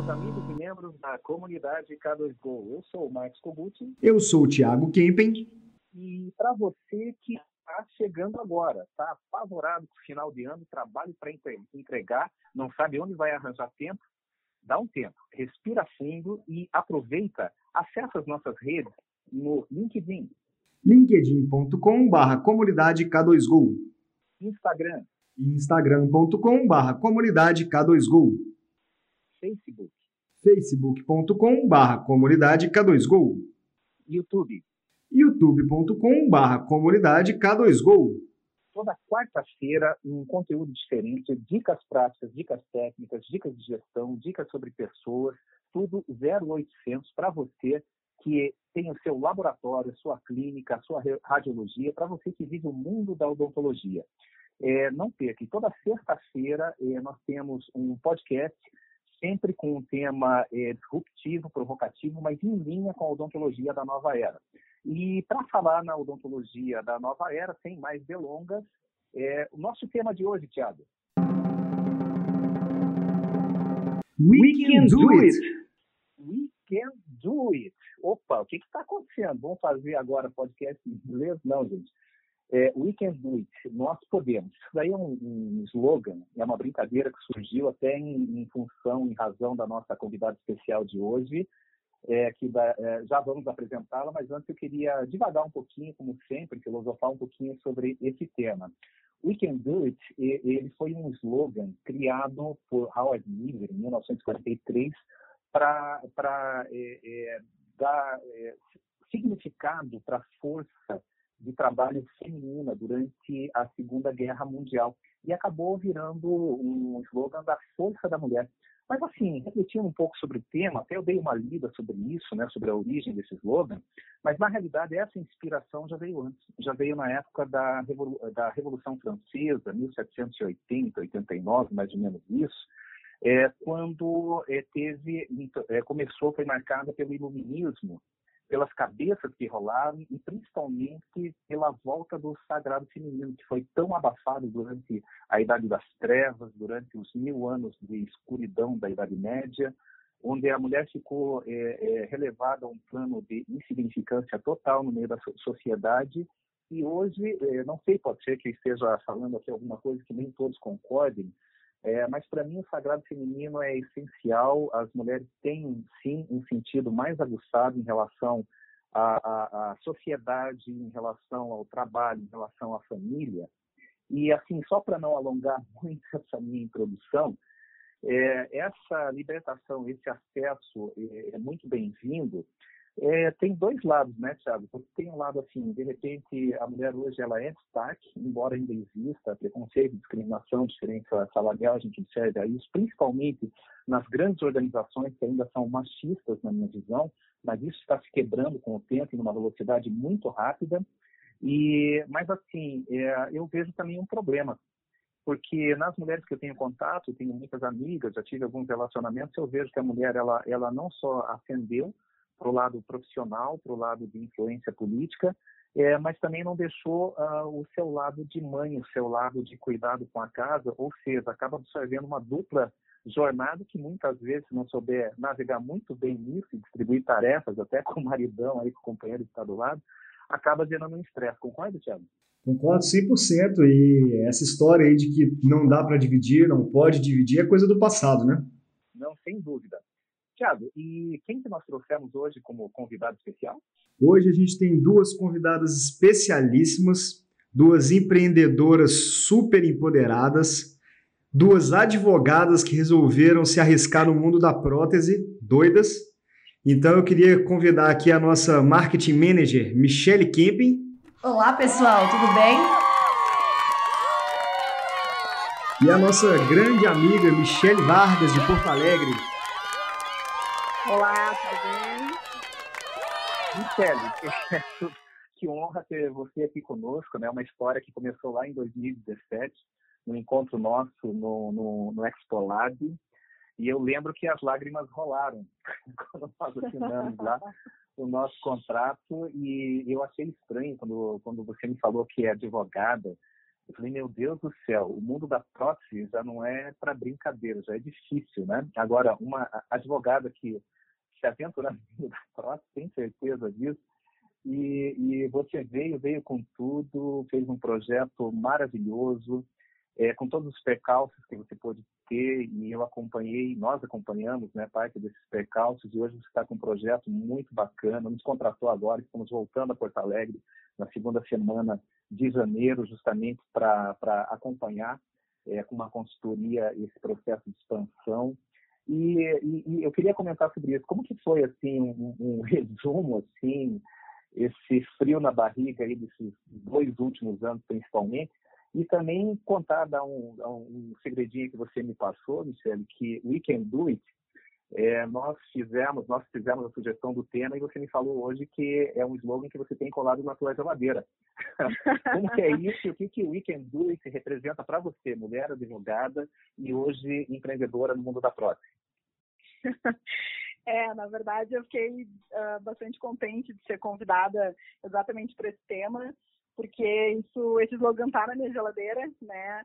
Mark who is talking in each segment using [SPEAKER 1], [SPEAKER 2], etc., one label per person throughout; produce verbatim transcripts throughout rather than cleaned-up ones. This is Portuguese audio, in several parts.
[SPEAKER 1] meus amigos e membros da comunidade K dois Go. Eu sou o Marcos Kogut.
[SPEAKER 2] Eu sou o Thiago Kempen.
[SPEAKER 1] E para você que está chegando agora, está apavorado com o final de ano, trabalho para entregar, não sabe onde vai arranjar tempo, dá um tempo, respira fundo e aproveita, acessa as nossas redes no LinkedIn,
[SPEAKER 2] linkedin ponto com barra comunidade K dois Go,
[SPEAKER 1] Instagram,
[SPEAKER 2] instagram ponto com barra comunidade K dois Go,
[SPEAKER 1] Facebook,
[SPEAKER 2] facebook ponto com barra comunidade K dois Go,
[SPEAKER 1] YouTube,
[SPEAKER 2] youtube ponto com barra comunidade K dois Go.
[SPEAKER 1] Toda quarta-feira, um conteúdo diferente, dicas práticas, dicas técnicas, dicas de gestão, dicas sobre pessoas, tudo zero oitocentos para você que tem o seu laboratório, sua clínica, sua radiologia, para você que vive o mundo da odontologia. É, não perca, toda sexta-feira é, nós temos um podcast, sempre com um tema é, disruptivo, provocativo, mas em linha com a odontologia da nova era. E para falar na odontologia da nova era, sem mais delongas, é, o nosso tema de hoje, Thiago.
[SPEAKER 2] We can do it!
[SPEAKER 1] We can do it! Opa, o que está acontecendo? Vamos fazer agora podcast em inglês? Não, gente. É, we can do it. Nós podemos. Isso daí é um, um slogan, é uma brincadeira que surgiu até em, em função, em razão da nossa convidada especial de hoje, É, que da, é, já vamos apresentá-la, mas antes eu queria divagar um pouquinho, como sempre, filosofar um pouquinho sobre esse tema. We Can Do It, ele foi um slogan criado por Howard Miller em mil novecentos e quarenta e três para é, é, dar é, significado para a força de trabalho feminina durante a Segunda Guerra Mundial e acabou virando um slogan da força da mulher. Mas, assim, refletindo um pouco sobre o tema, até eu dei uma lida sobre isso, né, sobre a origem desse slogan, mas, na realidade, essa inspiração já veio antes, já veio na época da, Revolu- da Revolução Francesa, mil setecentos e oitenta, oitenta e nove, mais ou menos isso, é, quando é, teve, é, começou, foi marcada pelo iluminismo, pelas cabeças que rolaram e principalmente pela volta do sagrado feminino, que foi tão abafado durante a Idade das Trevas, durante os mil anos de escuridão da Idade Média, onde a mulher ficou é, é, relevada a um plano de insignificância total no meio da sociedade. E hoje, é, não sei, pode ser que eu esteja falando aqui alguma coisa que nem todos concordem, É, mas, para mim, o sagrado feminino é essencial. As mulheres têm, sim, um sentido mais aguçado em relação à, à, à sociedade, em relação ao trabalho, em relação à família. E, assim, só para não alongar muito essa minha introdução, é, essa libertação, esse acesso é, é muito bem-vindo. É, tem dois lados, né, Thiago? Porque tem um lado assim, de repente, a mulher hoje ela é destaque, embora ainda exista preconceito, discriminação, diferença salarial, a gente observa isso, principalmente nas grandes organizações que ainda são machistas, na minha visão, mas isso está se quebrando com o tempo, em uma velocidade muito rápida. E, mas, assim, é, eu vejo também um problema, porque nas mulheres que eu tenho contato, eu tenho muitas amigas, já tive alguns relacionamentos, eu vejo que a mulher ela, ela não só ascendeu para o lado profissional, para o lado de influência política, é, mas também não deixou uh, o seu lado de mãe, o seu lado de cuidado com a casa, ou seja, acaba absorvendo uma dupla jornada que muitas vezes, se não souber navegar muito bem nisso e distribuir tarefas, até com o maridão, aí, com o companheiro que está do lado, acaba gerando um estresse. Concorda, Thiago?
[SPEAKER 2] Concordo cem por cento. E essa história aí de que não dá para dividir, não pode dividir, é coisa do passado, né?
[SPEAKER 1] Não, sem dúvida. Thiago, e quem que nós trouxemos hoje como convidado especial?
[SPEAKER 2] Hoje a gente tem duas convidadas especialíssimas, duas empreendedoras super empoderadas, duas advogadas que resolveram se arriscar no mundo da prótese, doidas. Então eu queria convidar aqui a nossa Marketing Manager, Michele Kempen.
[SPEAKER 3] Olá, pessoal, tudo bem?
[SPEAKER 2] E a nossa grande amiga, Michele Vargas, de Porto Alegre.
[SPEAKER 4] Olá, tudo bem?
[SPEAKER 1] Michele, que honra ter você aqui conosco, né? Uma história que começou lá em dois mil e dezessete, no encontro nosso no, no, no Expo Lab, e eu lembro que as lágrimas rolaram quando nós assinamos lá o nosso contrato, e eu achei estranho quando, quando você me falou que é advogada, Eu falei, meu Deus do céu, o mundo da prótese já não é para brincadeira, já é difícil, né? Agora, uma advogada que se aventura no mundo da prótese, tem certeza disso, e, e você veio, veio com tudo, fez um projeto maravilhoso, é, com todos os percalços que você pôde ter, e eu acompanhei, nós acompanhamos, né, parte desses percalços, e hoje você está com um projeto muito bacana, nos contratou agora, estamos voltando a Porto Alegre na segunda semana de janeiro, justamente para acompanhar é, com uma consultoria esse processo de expansão. E, e, e eu queria comentar sobre isso. Como que foi, assim, um, um resumo, assim, esse frio na barriga aí desses dois últimos anos, principalmente, e também contar, dar um, um segredinho que você me passou, Michele, que We Can Do It, é, nós fizemos, nós fizemos a sugestão do tema e você me falou hoje que é um slogan que você tem colado na sua geladeira. Como que é isso? O que que We Can Do It representa para você, mulher advogada e hoje empreendedora no mundo da prótese?
[SPEAKER 4] É, na verdade, eu fiquei uh, bastante contente de ser convidada exatamente para esse tema, porque isso, esse slogan está na minha geladeira, né?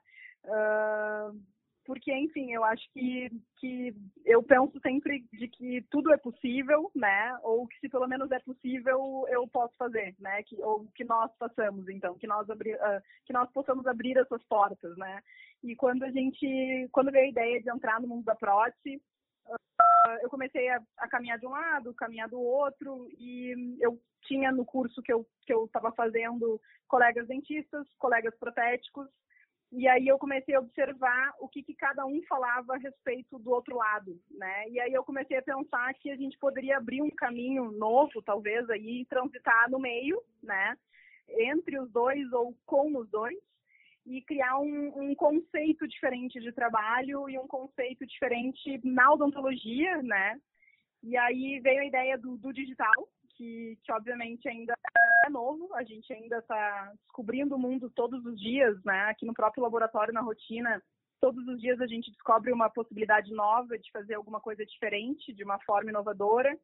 [SPEAKER 4] Uh, porque, enfim, eu acho que, que eu penso sempre de que tudo é possível, né? Ou que se pelo menos é possível, eu posso fazer, né? Que, ou que nós façamos, então, que nós, abri, uh, que nós possamos abrir essas portas, né? E quando a gente, quando veio a ideia de entrar no mundo da prótese, uh, eu comecei a, a caminhar de um lado, caminhar do outro, e eu tinha no curso que eu que eu estava fazendo colegas dentistas, colegas protéticos, e aí eu comecei a observar o que, que cada um falava a respeito do outro lado, né? E aí eu comecei a pensar que a gente poderia abrir um caminho novo, talvez, aí, transitar no meio, né? Entre os dois ou com os dois, e criar um, um conceito diferente de trabalho e um conceito diferente na odontologia, né? E aí veio a ideia do, do digital, que, que obviamente ainda é novo, a gente ainda está descobrindo o mundo todos os dias, né? Aqui no próprio laboratório, na rotina, todos os dias a gente descobre uma possibilidade nova de fazer alguma coisa diferente, de uma forma inovadora,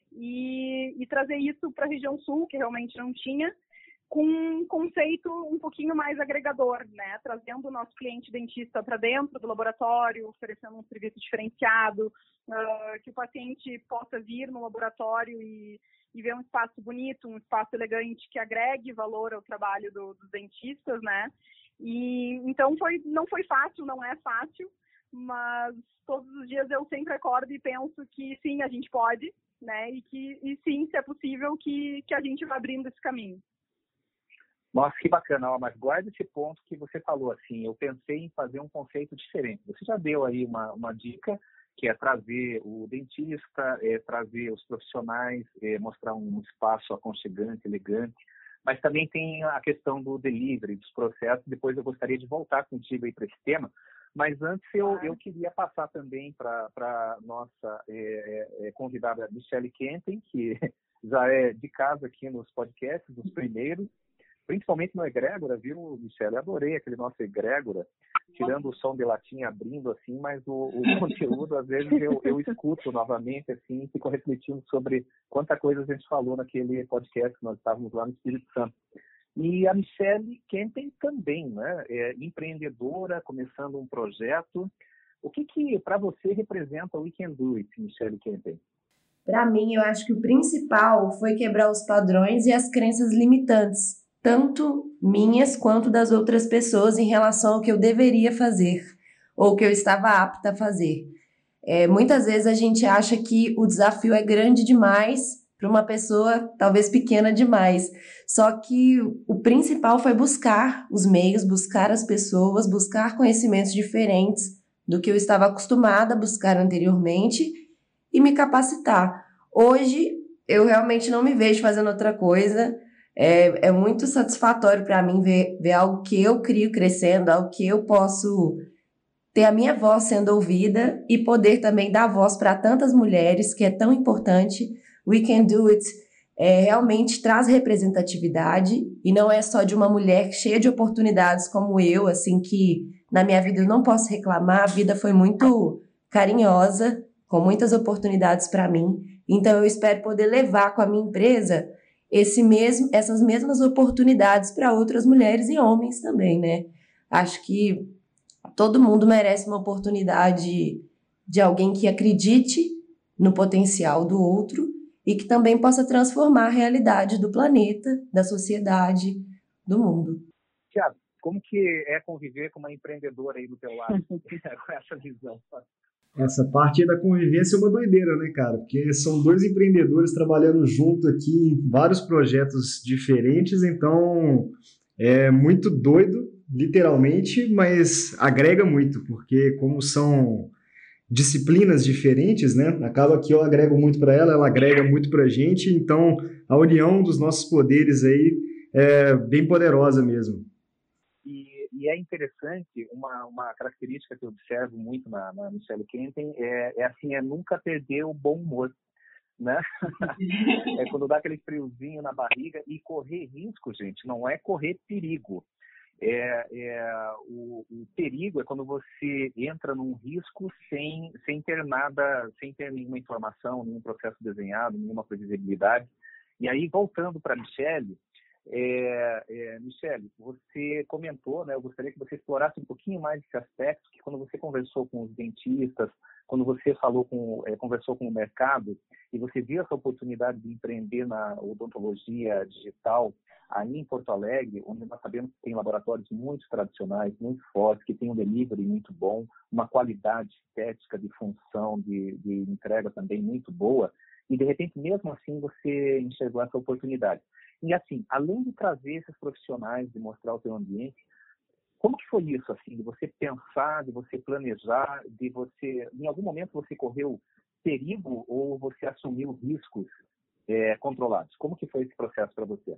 [SPEAKER 4] e, e trazer isso para a região sul, que realmente não tinha, com um conceito um pouquinho mais agregador, né? Trazendo o nosso cliente dentista para dentro do laboratório, oferecendo um serviço diferenciado, uh, que o paciente possa vir no laboratório e, e ver um espaço bonito, um espaço elegante que agregue valor ao trabalho do, dos dentistas, né? E então foi, não foi fácil, não é fácil, mas todos os dias eu sempre acordo e penso que sim, a gente pode, né? E que e sim, se é possível, que, que a gente vai abrindo esse caminho.
[SPEAKER 1] Nossa, que bacana, ó, mas guarda esse ponto que você falou, assim, eu pensei em fazer um conceito diferente. Você já deu aí uma, uma dica, que é trazer o dentista, é, trazer os profissionais, é, mostrar um espaço aconchegante, elegante, mas também tem a questão do delivery, dos processos. Depois eu gostaria de voltar contigo aí para esse tema, mas antes eu, eu queria passar também para a nossa é, é, convidada Michele Kempen, que já é de casa aqui nos podcasts, nos primeiros, principalmente no egrégora, viu, Michele? Eu adorei aquele nosso egrégora, tirando o som de latinha abrindo, assim, mas o, o conteúdo, às vezes, eu, eu escuto novamente, assim, e fico refletindo sobre quanta coisa a gente falou naquele podcast que nós estávamos lá no Espírito Santo. E a Michele Kempen também, né? É empreendedora, começando um projeto. O que que, para você, representa o We Can Do It, Michele Kempen?
[SPEAKER 3] Para mim, eu acho que o principal foi quebrar os padrões e as crenças limitantes, tanto minhas quanto das outras pessoas em relação ao que eu deveria fazer ou que eu estava apta a fazer. É, muitas vezes a gente acha que o desafio é grande demais para uma pessoa talvez pequena demais, só que o principal foi buscar os meios, buscar as pessoas, buscar conhecimentos diferentes do que eu estava acostumada a buscar anteriormente e me capacitar. Hoje eu realmente não me vejo fazendo outra coisa. É, é muito satisfatório para mim ver, ver algo que eu crio crescendo, algo que eu posso ter a minha voz sendo ouvida e poder também dar voz para tantas mulheres, que é tão importante. We Can Do It é, realmente traz representatividade e não é só de uma mulher cheia de oportunidades como eu, assim, que na minha vida eu não posso reclamar, a vida foi muito carinhosa, com muitas oportunidades para mim, então eu espero poder levar com a minha empresa esse mesmo, essas mesmas oportunidades para outras mulheres e homens também, né? Acho que todo mundo merece uma oportunidade de alguém que acredite no potencial do outro e que também possa transformar a realidade do planeta, da sociedade, do mundo.
[SPEAKER 1] Tiago, como que é conviver com uma empreendedora aí do teu lado, com essa visão?
[SPEAKER 2] Essa parte da convivência é uma doideira, né, cara? Porque são dois empreendedores trabalhando junto aqui em vários projetos diferentes, então é muito doido, literalmente, mas agrega muito, porque como são disciplinas diferentes, né? Acaba que eu agrego muito para ela, ela agrega muito para a gente, então a união dos nossos poderes aí é bem poderosa mesmo.
[SPEAKER 1] E, e é interessante, uma, uma característica que eu observo muito na, na Michelle Kenten é, é assim, é nunca perder o bom humor, né? É quando dá aquele friozinho na barriga e correr risco, gente, não é correr perigo. É, é, o, o perigo é quando você entra num risco sem, sem ter nada, sem ter nenhuma informação, nenhum processo desenhado, nenhuma previsibilidade. E aí, voltando para a Michelle, É, é, Michelle, você comentou, né, eu gostaria que você explorasse um pouquinho mais esse aspecto, que quando você conversou com os dentistas, quando você falou com, é, conversou com o mercado e você viu essa oportunidade de empreender na odontologia digital aí em Porto Alegre, onde nós sabemos que tem laboratórios muito tradicionais, muito fortes, que tem um delivery muito bom, uma qualidade estética de função, de, de entrega também muito boa, e de repente mesmo assim você enxergou essa oportunidade. E assim, além de trazer esses profissionais, de mostrar o teu ambiente, como que foi isso, assim, de você pensar, de você planejar, de você, em algum momento você correu perigo ou você assumiu riscos é, controlados? Como que foi esse processo para você?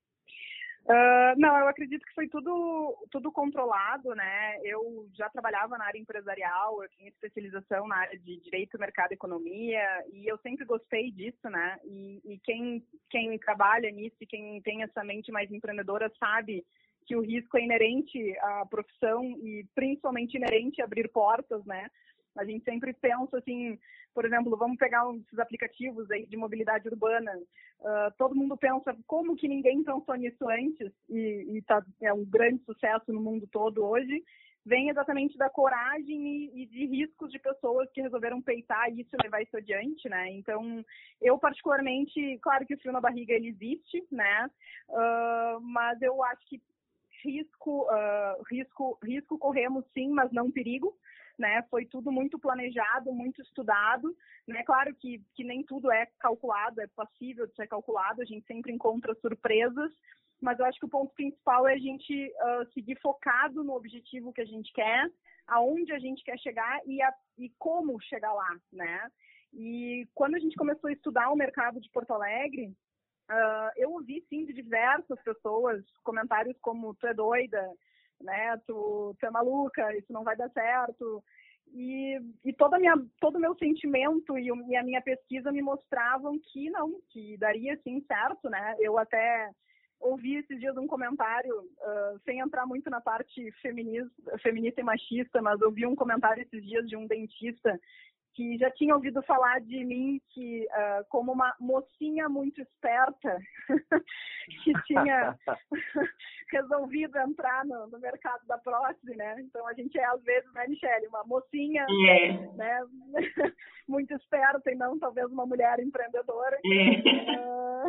[SPEAKER 4] Uh, não, eu acredito que foi tudo, tudo controlado, né? Eu já trabalhava na área empresarial, eu tinha especialização na área de Direito, Mercado e Economia, e eu sempre gostei disso, né? E, e quem, quem trabalha nisso e quem tem essa mente mais empreendedora sabe que o risco é inerente à profissão e principalmente inerente a abrir portas, né? A gente sempre pensa assim, por exemplo, vamos pegar uns aplicativos aí de mobilidade urbana. Uh, todo mundo pensa como que ninguém pensou nisso antes e, e tá, é um grande sucesso no mundo todo hoje. Vem exatamente da coragem e, e de riscos de pessoas que resolveram peitar isso e levar isso adiante, né? Então, eu particularmente, claro que o frio na barriga ele existe, né? Uh, mas eu acho que risco, uh, risco, risco corremos sim, mas não perigo. Né, foi tudo muito planejado, muito estudado, né, claro que, que nem tudo é calculado, é passível de ser calculado, a gente sempre encontra surpresas, mas eu acho que o ponto principal é a gente uh, seguir focado no objetivo que a gente quer, aonde a gente quer chegar e, a, e como chegar lá, né, e quando a gente começou a estudar o mercado de Porto Alegre, uh, eu ouvi sim de diversas pessoas comentários como tu é doida, né, tu, tu é maluca, isso não vai dar certo, e, e toda minha, todo o meu sentimento e, o, e a minha pesquisa me mostravam que não, que daria sim certo, né, eu até ouvi esses dias um comentário, uh, sem entrar muito na parte feminista, feminista e machista, mas ouvi um comentário esses dias de um dentista que já tinha ouvido falar de mim que, uh, como uma mocinha muito esperta, que tinha resolvido entrar no, no mercado da prótese, né? Então, a gente é, às vezes, né, Michelle, uma mocinha
[SPEAKER 5] é.
[SPEAKER 4] né, muito esperta e não, talvez, uma mulher empreendedora.
[SPEAKER 5] É.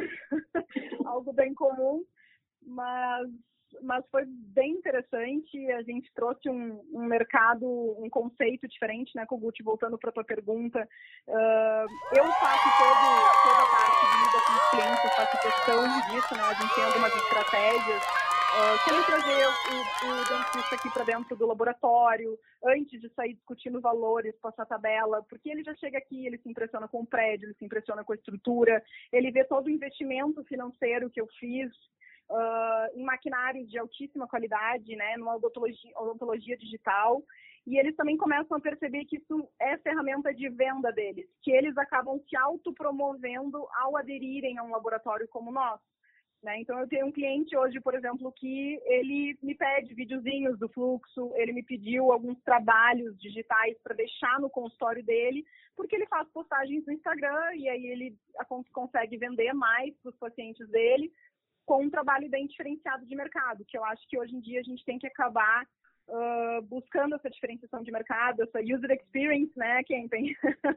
[SPEAKER 4] Uh, algo bem comum, mas... mas foi bem interessante, a gente trouxe um, um mercado, um conceito diferente, né, Kogut, voltando para a tua pergunta, uh, eu faço todo, toda a parte de lida com os clientes, eu faço questão disso, né, a gente tem algumas estratégias, uh, sem trazer o, o dentista aqui para dentro do laboratório, antes de sair discutindo valores, passar tabela, porque ele já chega aqui, ele se impressiona com o prédio, ele se impressiona com a estrutura, ele vê todo o investimento financeiro que eu fiz, Uh, em maquinários de altíssima qualidade, né, numa odontologia, odontologia digital, e eles também começam a perceber que isso é ferramenta de venda deles, que eles acabam se autopromovendo ao aderirem a um laboratório como o nosso. Né? Então, eu tenho um cliente hoje, por exemplo, que ele me pede videozinhos do fluxo, ele me pediu alguns trabalhos digitais para deixar no consultório dele, porque ele faz postagens no Instagram e aí ele consegue vender mais para os pacientes dele, com um trabalho bem diferenciado de mercado, que eu acho que hoje em dia a gente tem que acabar uh, buscando essa diferenciação de mercado, essa user experience, né, Kempen?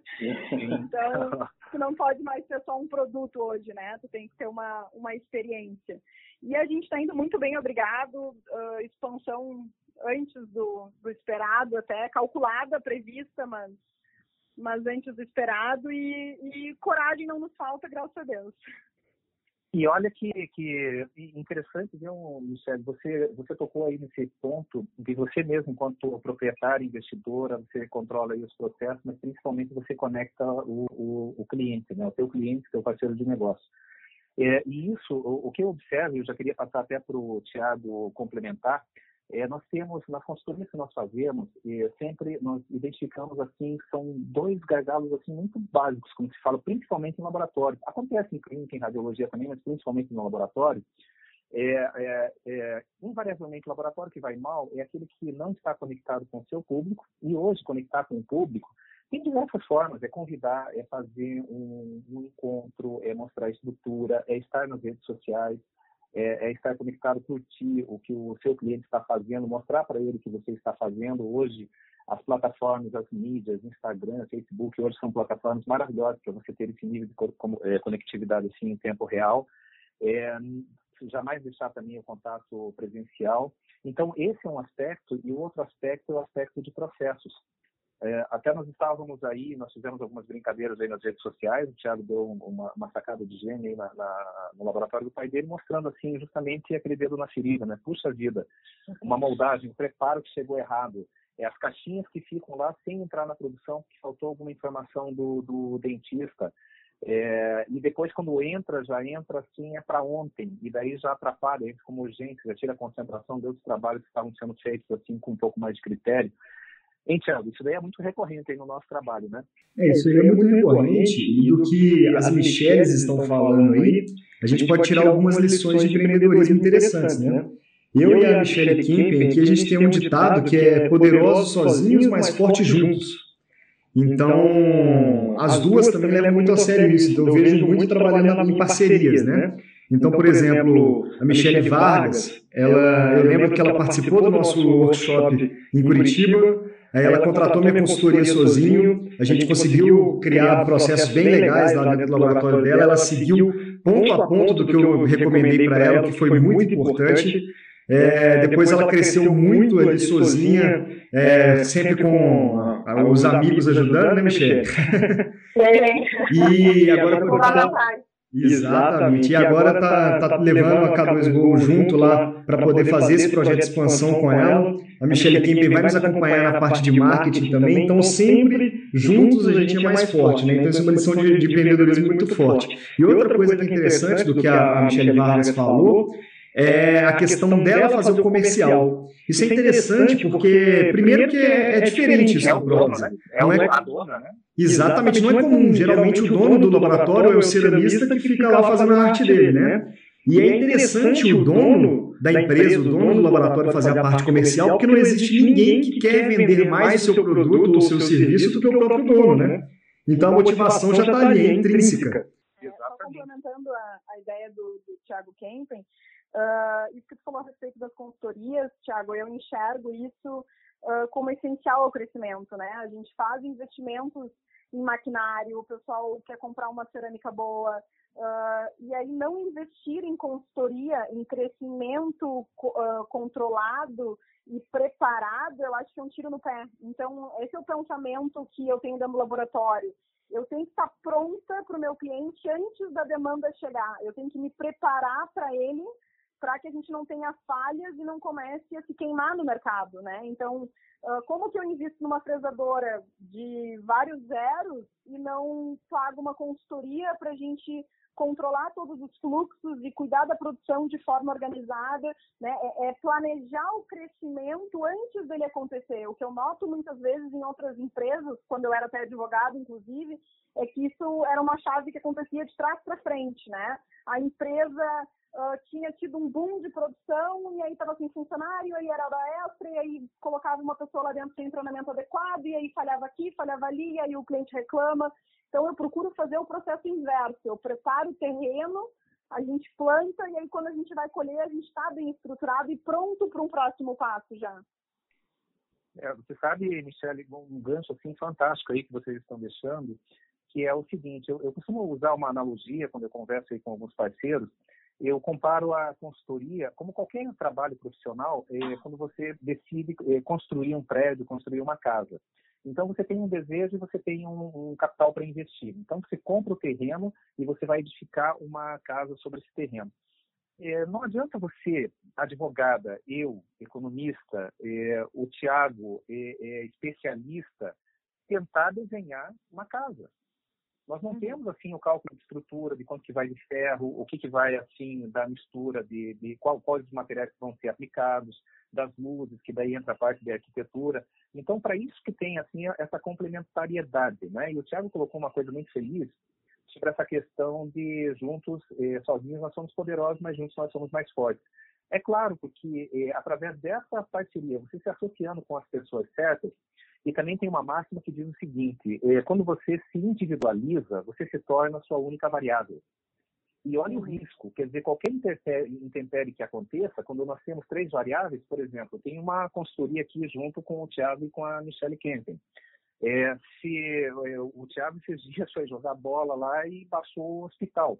[SPEAKER 4] Então, tu não pode mais ser só um produto hoje, né? Tu tem que ter uma, uma experiência. E a gente está indo muito bem, obrigado. Uh, expansão antes do, do esperado, até calculada, prevista, mas, mas antes do esperado. E, e coragem não nos falta, graças a Deus.
[SPEAKER 1] E olha que, que interessante, viu, Michele, você, você tocou aí nesse ponto de você mesmo, enquanto proprietária, investidora, você controla aí os processos, mas principalmente você conecta o, o, o cliente, né, o teu cliente, teu parceiro de negócio. É, e isso, o, o que eu observo, eu já queria passar até para o Thiago complementar, é, nós temos, nas consultorias que nós fazemos, é, sempre nós identificamos, assim, são dois gargalos, assim, muito básicos, como se fala, principalmente em laboratório. Acontece em clínica, em radiologia também, mas principalmente no laboratório. É, é, é, invariavelmente, o laboratório que vai mal é aquele que não está conectado com o seu público, e hoje, conectar com o público tem diversas formas, é convidar, é fazer um, um encontro, é mostrar a estrutura, é estar nas redes sociais, É, é estar conectado, curtir o que o seu cliente está fazendo, mostrar para ele o que você está fazendo. Hoje, as plataformas, as mídias, Instagram, Facebook, hoje são plataformas maravilhosas para você ter esse nível de conectividade assim, em tempo real. É, jamais deixar também o contato presencial. Então, esse é um aspecto, e o outro aspecto é o aspecto de processos. É, até nós estávamos aí, nós fizemos algumas brincadeiras aí nas redes sociais, o Thiago deu uma, uma sacada de gênio aí na, na, no laboratório do pai dele, mostrando assim justamente aquele dedo na ferida, né? Puxa vida, uma moldagem, um preparo que chegou errado, é, as caixinhas que ficam lá sem entrar na produção, porque faltou alguma informação do, do dentista, é, e depois quando entra, já entra assim, é para ontem, e daí já atrapalha, entra como urgência, já tira a concentração de outros trabalhos que estavam sendo feitos assim com um pouco mais de critério. Hein, Thiago, isso daí é muito recorrente aí no nosso trabalho, né?
[SPEAKER 2] É, isso aí é muito recorrente, e do que as Micheles estão falando aí, a gente pode tirar algumas lições de empreendedorismo interessantes, né? Eu e a Michele Kempen, aqui a gente tem um ditado que é poderosos sozinhos, mas fortes juntos. Então, as duas também levam muito a sério isso, então eu vejo muito trabalhando em parcerias, né? Então, por exemplo, a Michele Vargas, ela, eu lembro que ela participou do nosso workshop em Curitiba. Aí ela contratou minha consultoria sozinho, a gente conseguiu criar processos bem legais lá dentro do laboratório dela, ela seguiu ponto a ponto do que eu recomendei para ela, que foi muito importante. É, depois ela cresceu muito ali sozinha, é, sempre com os amigos ajudando, né, Michele? E agora Exatamente, e agora está tá levando a K dois Go junto lá para poder fazer esse projeto de expansão com ela. A Michele Kempen vai nos acompanhar na parte de marketing também, então sempre juntos a gente é mais forte, né? Então isso é uma lição de, de empreendedorismo muito forte. E outra coisa que é interessante do que a, a Michele Vargas falou é a questão dela fazer o comercial. Isso é interessante porque, primeiro que é, é diferente isso na prótese.
[SPEAKER 1] É uma dona, né?
[SPEAKER 2] Exatamente, não é comum. Geralmente o dono do laboratório é o ceramista que fica lá fazendo a arte dele, né? E é interessante o dono da empresa, o dono do laboratório fazer a parte comercial, porque não existe ninguém que quer vender mais o seu produto ou o seu serviço do que o próprio dono, né? Então a motivação já está ali, é intrínseca.
[SPEAKER 4] Só complementando a, a ideia do, do Thiago Kempen, uh, isso que tu falou a respeito das consultorias, Thiago, eu enxergo isso uh, como essencial ao crescimento, né? A gente faz investimentos em maquinário, o pessoal quer comprar uma cerâmica boa, uh, e aí não investir em consultoria, em crescimento uh, controlado e preparado, eu acho que é um tiro no pé. Então, esse é o pensamento que eu tenho dentro do laboratório. Eu tenho que estar pronta para o meu cliente antes da demanda chegar. Eu tenho que me preparar para ele, para que a gente não tenha falhas e não comece a se queimar no mercado, né? Então, como que eu invisto numa fresadora de vários zeros e não pago uma consultoria para a gente controlar todos os fluxos e cuidar da produção de forma organizada, né? É, é planejar o crescimento antes dele acontecer. O que eu noto muitas vezes em outras empresas, quando eu era até advogado, inclusive, é que isso era uma chave que acontecia de trás para frente, né? A empresa uh, tinha tido um boom de produção e aí estava sem funcionário, aí era hora extra, e aí colocava uma pessoa lá dentro sem treinamento adequado, e aí falhava aqui, falhava ali, e aí o cliente reclama. Então, eu procuro fazer o processo inverso. Eu preparo o terreno, a gente planta, e aí quando a gente vai colher, a gente está bem estruturado e pronto para um próximo passo já.
[SPEAKER 1] É, você sabe, Michele, um gancho assim fantástico aí que vocês estão deixando, que é o seguinte, eu, eu costumo usar uma analogia quando eu converso aí com alguns parceiros. Eu comparo a consultoria, como qualquer trabalho profissional, é, quando você decide é, construir um prédio, construir uma casa. Então, você tem um desejo e você tem um, um capital para investir. Então, você compra o terreno e você vai edificar uma casa sobre esse terreno. É, não adianta você, advogada, eu, economista, é, o Tiago, é, é, especialista, tentar desenhar uma casa. Nós não temos, assim, o cálculo de estrutura, de quanto que vai de ferro, o que que vai, assim, da mistura, de, de qual, quais os materiais que vão ser aplicados, das luzes, que daí entra a parte da arquitetura. Então, para isso que tem, assim, essa complementariedade, né? E o Tiago colocou uma coisa muito feliz sobre essa questão de juntos, eh, sozinhos nós somos poderosos, mas juntos nós somos mais fortes. É claro, porque eh, através dessa parceria, você se associando com as pessoas certas. E também tem uma máxima que diz o seguinte, é, quando você se individualiza, você se torna a sua única variável. E olha o risco, quer dizer, qualquer intempérie que aconteça, quando nós temos três variáveis, por exemplo, tem uma consultoria aqui junto com o Tiago e com a Michele Kempen. É, se é, o Tiago esses dias foi jogar bola lá e passou o hospital.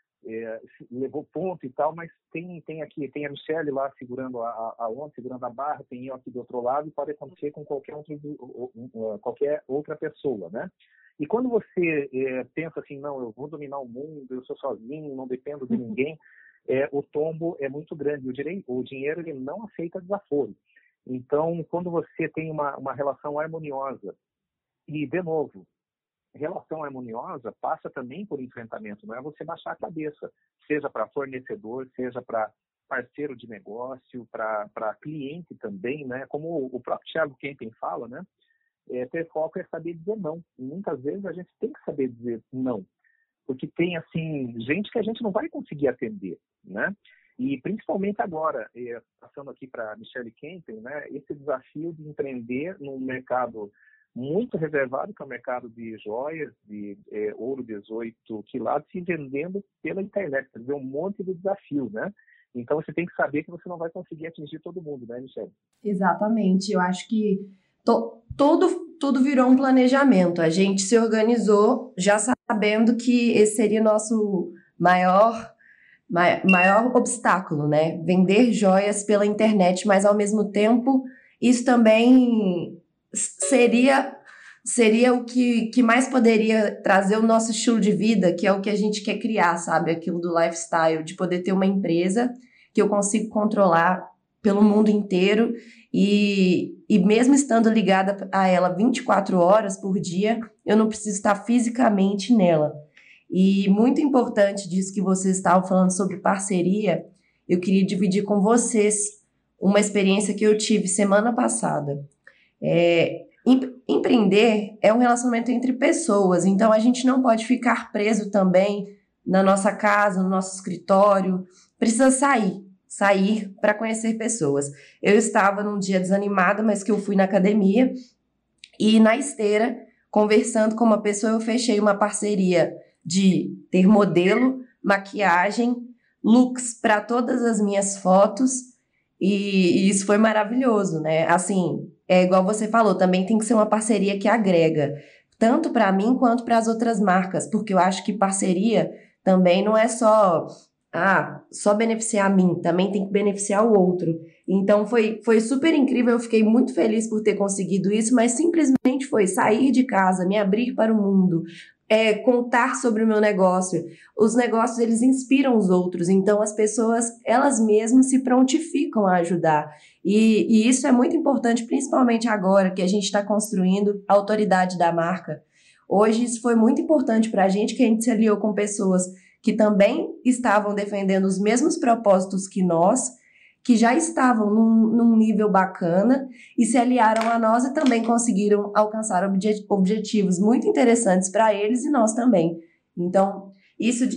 [SPEAKER 1] É, levou ponto e tal, mas tem, tem aqui, tem a Michele lá segurando a, a onda, segurando a barra, tem eu aqui do outro lado, e pode acontecer com qualquer, outro, qualquer outra pessoa, né? E quando você é, pensa assim, não, eu vou dominar o mundo, eu sou sozinho, não dependo de ninguém, é, o tombo é muito grande, o, direito, o dinheiro ele não aceita desaforo. Então, quando você tem uma, uma relação harmoniosa, e, de novo, relação harmoniosa passa também por enfrentamento, não é você baixar a cabeça, seja para fornecedor, seja para parceiro de negócio, para cliente também, né? Como o próprio Tiago Kempen fala, né? É, ter foco é saber dizer não. E muitas vezes a gente tem que saber dizer não, porque tem assim gente que a gente não vai conseguir atender, né? E principalmente agora, é, passando aqui para a Michele Kempen, né? Esse desafio de empreender num mercado muito reservado, que é o mercado de joias, de é, ouro dezoito quilates, se vendendo pela internet. Quer dizer, um monte de desafio, né? Então, você tem que saber que você não vai conseguir atingir todo mundo, né, Michele?
[SPEAKER 3] Exatamente. Eu acho que to, todo, tudo virou um planejamento. A gente se organizou já sabendo que esse seria nosso maior, mai, maior obstáculo, né? Vender joias pela internet, mas, ao mesmo tempo, isso também seria, seria o que, que mais poderia trazer o nosso estilo de vida, que é o que a gente quer criar, sabe? Aquilo do lifestyle, de poder ter uma empresa que eu consigo controlar pelo mundo inteiro e, e mesmo estando ligada a ela vinte e quatro horas por dia, eu não preciso estar fisicamente nela. E muito importante disso que vocês estavam falando sobre parceria, eu queria dividir com vocês uma experiência que eu tive semana passada. É, empreender é um relacionamento entre pessoas, então a gente não pode ficar preso também na nossa casa, no nosso escritório, precisa sair, sair para conhecer pessoas. Eu estava num dia desanimada, mas que eu fui na academia e na esteira, conversando com uma pessoa, eu fechei uma parceria de ter modelo, maquiagem, looks para todas as minhas fotos e, e isso foi maravilhoso, né? Assim, é igual você falou, também tem que ser uma parceria que agrega, tanto para mim quanto para as outras marcas, porque eu acho que parceria também não é só, ah, só beneficiar a mim, também tem que beneficiar o outro. Então foi, foi super incrível, eu fiquei muito feliz por ter conseguido isso, mas simplesmente foi sair de casa, me abrir para o mundo, é, contar sobre o meu negócio. Os negócios, eles inspiram os outros, então as pessoas, elas mesmas se prontificam a ajudar. E, e isso é muito importante, principalmente agora que a gente está construindo a autoridade da marca. Hoje isso foi muito importante para a gente, que a gente se aliou com pessoas que também estavam defendendo os mesmos propósitos que nós, que já estavam num, num nível bacana e se aliaram a nós e também conseguiram alcançar obje- objetivos muito interessantes para eles e nós também. Então, isso,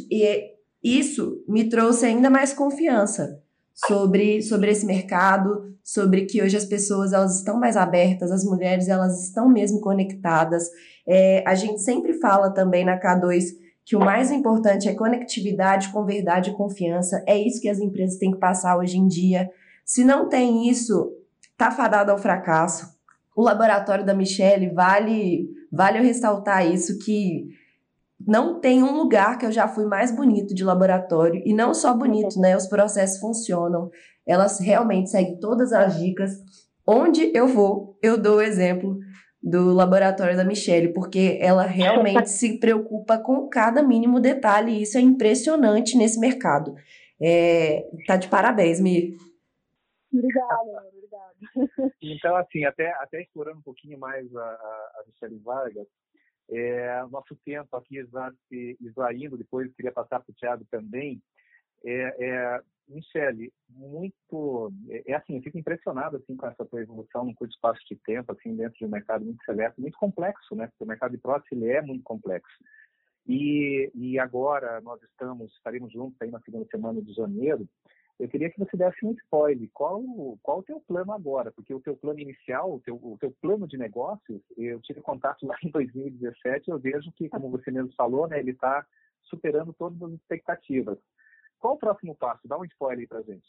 [SPEAKER 3] isso me trouxe ainda mais confiança sobre, sobre esse mercado, sobre que hoje as pessoas elas estão mais abertas, as mulheres elas estão mesmo conectadas. É, a gente sempre fala também na K dois que o mais importante é conectividade com verdade e confiança. É isso que as empresas têm que passar hoje em dia. Se não tem isso, tá fadado ao fracasso. o laboratório da Michele, vale, vale eu ressaltar isso, que não tem um lugar que eu já fui mais bonito de laboratório, e não só bonito, né? Os processos funcionam, elas realmente seguem todas as dicas. Onde eu vou, eu dou o exemplo do laboratório da Michele, porque ela realmente se preocupa com cada mínimo detalhe, e isso é impressionante nesse mercado. É, tá de parabéns, Mir.
[SPEAKER 4] Obrigada, obrigada.
[SPEAKER 1] Então, assim, até, até explorando um pouquinho mais a, a, a Michele Vargas, é, nosso tempo aqui já se esvaindo, depois queria passar para o Thiago também. É, é, Michele, muito, é, é assim, eu fico impressionado assim, com essa tua evolução num curto espaço de tempo, assim, dentro de um mercado muito seleto, muito complexo, né? Porque o mercado de prótese, ele é muito complexo. E, e agora nós estamos, estaremos juntos aí na segunda semana de janeiro. Eu queria que você desse um spoiler. Qual, qual o teu plano agora? Porque o teu plano inicial, o teu, o teu plano de negócios, eu tive contato lá em dois mil e dezessete, eu vejo que, como você mesmo falou, né, ele está superando todas as expectativas. Qual o próximo passo? Dá um spoiler aí pra gente.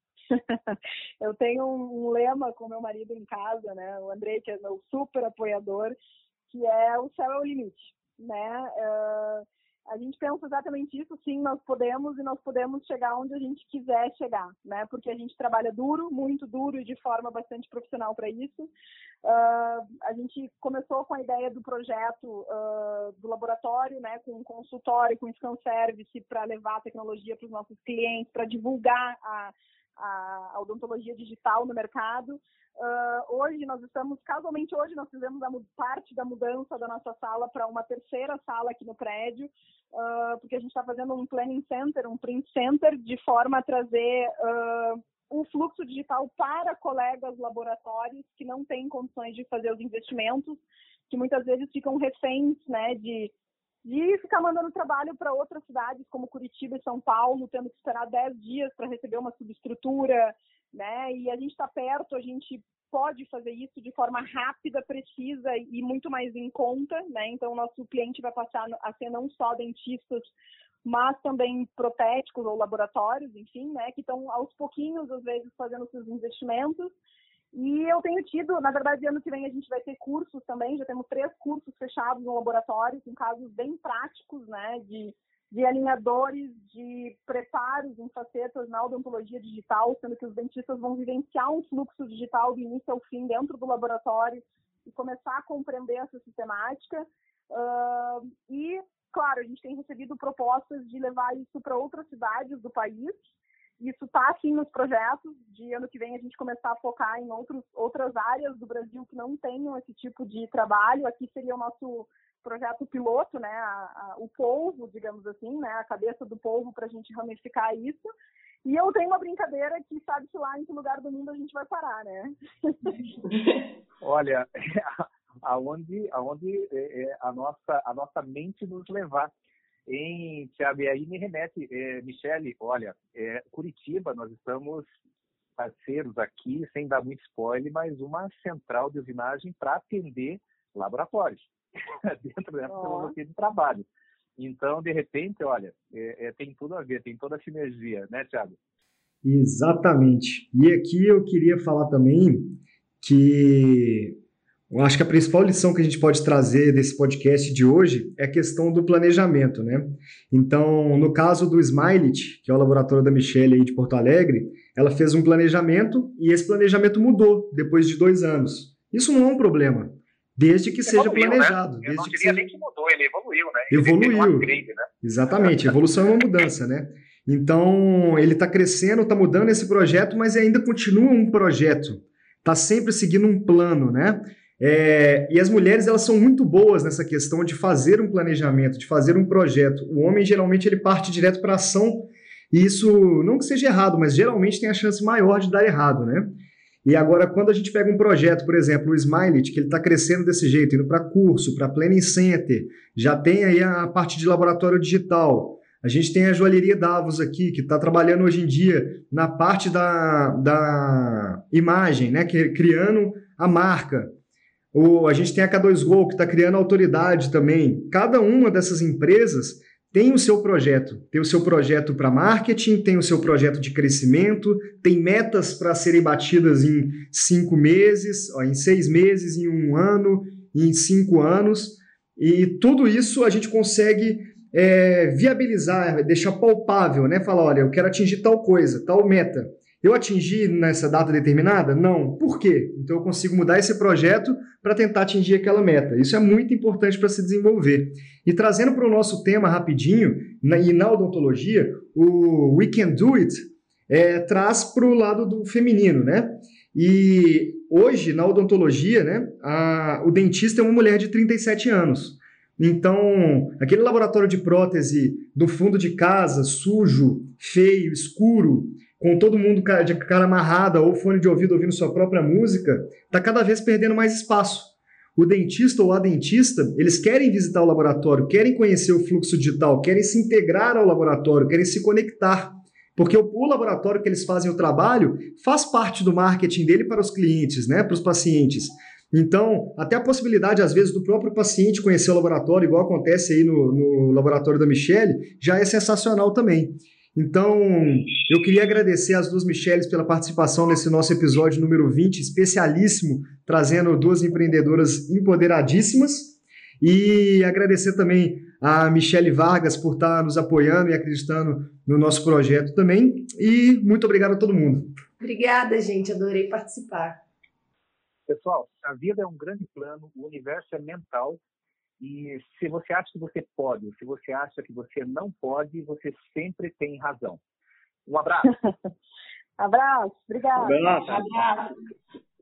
[SPEAKER 4] Eu tenho um lema com meu marido em casa, né, o Andrei, que é meu super apoiador, que é o céu é o limite, né? Uh, a gente pensa exatamente isso, sim, nós podemos e nós podemos chegar onde a gente quiser chegar, né? Porque a gente trabalha duro, muito duro e de forma bastante profissional para isso. Uh, a gente começou com a ideia do projeto uh, do laboratório, né? Com um consultório, com scan service para levar a tecnologia para os nossos clientes, para divulgar a a odontologia digital no mercado. Uh, hoje nós estamos, casualmente hoje nós fizemos a parte da mudança da nossa sala para uma terceira sala aqui no prédio, uh, porque a gente está fazendo um planning center, um print center, de forma a trazer uh, um fluxo digital para colegas laboratórios que não têm condições de fazer os investimentos, que muitas vezes ficam reféns, né, de de ficar mandando trabalho para outras cidades, como Curitiba e São Paulo, tendo que esperar dez dias para receber uma subestrutura, né? E a gente está perto, a gente pode fazer isso de forma rápida, precisa e muito mais em conta, né? Então, o nosso cliente vai passar a ser não só dentistas, mas também protéticos ou laboratórios, enfim, né? Que estão aos pouquinhos, às vezes, fazendo seus investimentos. E eu tenho tido, na verdade, ano que vem a gente vai ter cursos também, já temos três cursos fechados no laboratório, com casos bem práticos, né, de, de alinhadores, de preparos em facetas na odontologia digital, sendo que os dentistas vão vivenciar um fluxo digital do início ao fim dentro do laboratório e começar a compreender essa sistemática. Uh, e, claro, a gente tem recebido propostas de levar isso para outras cidades do país. Isso está, assim, nos projetos de ano que vem a gente começar a focar em outros, outras áreas do Brasil que não tenham esse tipo de trabalho. Aqui seria o nosso projeto piloto, né, a, a, o polvo, digamos assim, né, a cabeça do polvo para a gente ramificar isso. E eu tenho uma brincadeira que sabe-se lá em que lugar do mundo a gente vai parar, né?
[SPEAKER 1] Olha, aonde, aonde é, a, nossa, a nossa mente nos levar. Em, Thiago, e aí me remete, é, Michele, olha, é, Curitiba, nós estamos parceiros aqui, sem dar muito spoiler, mas uma central de usinagem para atender laboratórios, dentro dessa filosofia de trabalho. Então, de repente, olha, é, é, tem tudo a ver, tem toda a sinergia, né, Thiago?
[SPEAKER 2] Exatamente. E aqui eu queria falar também que eu acho que a principal lição que a gente pode trazer desse podcast de hoje é a questão do planejamento, né? Então, no caso do Smilet, que é o laboratório da Michele aí de Porto Alegre, ela fez um planejamento e esse planejamento mudou depois de dois anos. Isso não é um problema, desde que seja
[SPEAKER 1] evoluiu,
[SPEAKER 2] planejado.
[SPEAKER 1] Né?
[SPEAKER 2] Desde
[SPEAKER 1] Eu não
[SPEAKER 2] que
[SPEAKER 1] diria
[SPEAKER 2] seja...
[SPEAKER 1] nem que mudou, ele evoluiu, né? Ele
[SPEAKER 2] Evoluiu.
[SPEAKER 1] Um upgrade, né?
[SPEAKER 2] Exatamente, evolução é uma mudança, né? Então, ele está crescendo, está mudando esse projeto, mas ainda continua um projeto. Está sempre seguindo um plano, né? É, e as mulheres, elas são muito boas nessa questão de fazer um planejamento, de fazer um projeto. O homem, geralmente, ele parte direto para a ação, e isso, não que seja errado, mas geralmente tem a chance maior de dar errado, né? E agora, quando a gente pega um projeto, por exemplo, o Smilet, que ele está crescendo desse jeito, indo para curso, para Planning Center, já tem aí a parte de laboratório digital. A gente tem a joalheria Davos aqui, que está trabalhando hoje em dia na parte da, da imagem, né? Que, criando a marca. Ou a gente tem a K dois Go, que está criando autoridade também. Cada uma dessas empresas tem o seu projeto, tem o seu projeto para marketing, tem o seu projeto de crescimento, tem metas para serem batidas em cinco meses, ó, em seis meses, em um ano, em cinco anos, e tudo isso a gente consegue é, viabilizar, deixar palpável, né? Falar, olha, eu quero atingir tal coisa, tal meta. Eu atingi nessa data determinada? Não. Por quê? Então eu consigo mudar esse projeto para tentar atingir aquela meta. Isso é muito importante para se desenvolver. E trazendo para o nosso tema rapidinho, na, e na odontologia, o We Can Do It é, traz para o lado do feminino, né? E hoje, na odontologia, né, a, o dentista é uma mulher de trinta e sete anos. Então, aquele laboratório de prótese do fundo de casa, sujo, feio, escuro, com todo mundo de cara amarrada ou fone de ouvido ouvindo sua própria música, está cada vez perdendo mais espaço. O dentista ou a dentista, eles querem visitar o laboratório, querem conhecer o fluxo digital, querem se integrar ao laboratório, querem se conectar. Porque o, o laboratório que eles fazem o trabalho faz parte do marketing dele para os clientes, né, para os pacientes. Então, até a possibilidade, às vezes, do próprio paciente conhecer o laboratório, igual acontece aí no, no laboratório da Michele, já é sensacional também. Então, eu queria agradecer às duas Micheles pela participação nesse nosso episódio número vinte, especialíssimo, trazendo duas empreendedoras empoderadíssimas. E agradecer também a Michele Vargas por estar nos apoiando e acreditando no nosso projeto também. E muito obrigado a todo mundo.
[SPEAKER 3] Obrigada, gente. Adorei participar.
[SPEAKER 1] Pessoal, a vida é um grande plano, o universo é mental. E se você acha que você pode, se você acha que você não pode, você sempre tem razão. Um abraço.
[SPEAKER 4] Abraço, obrigada.
[SPEAKER 2] Um abraço.
[SPEAKER 3] Abraço.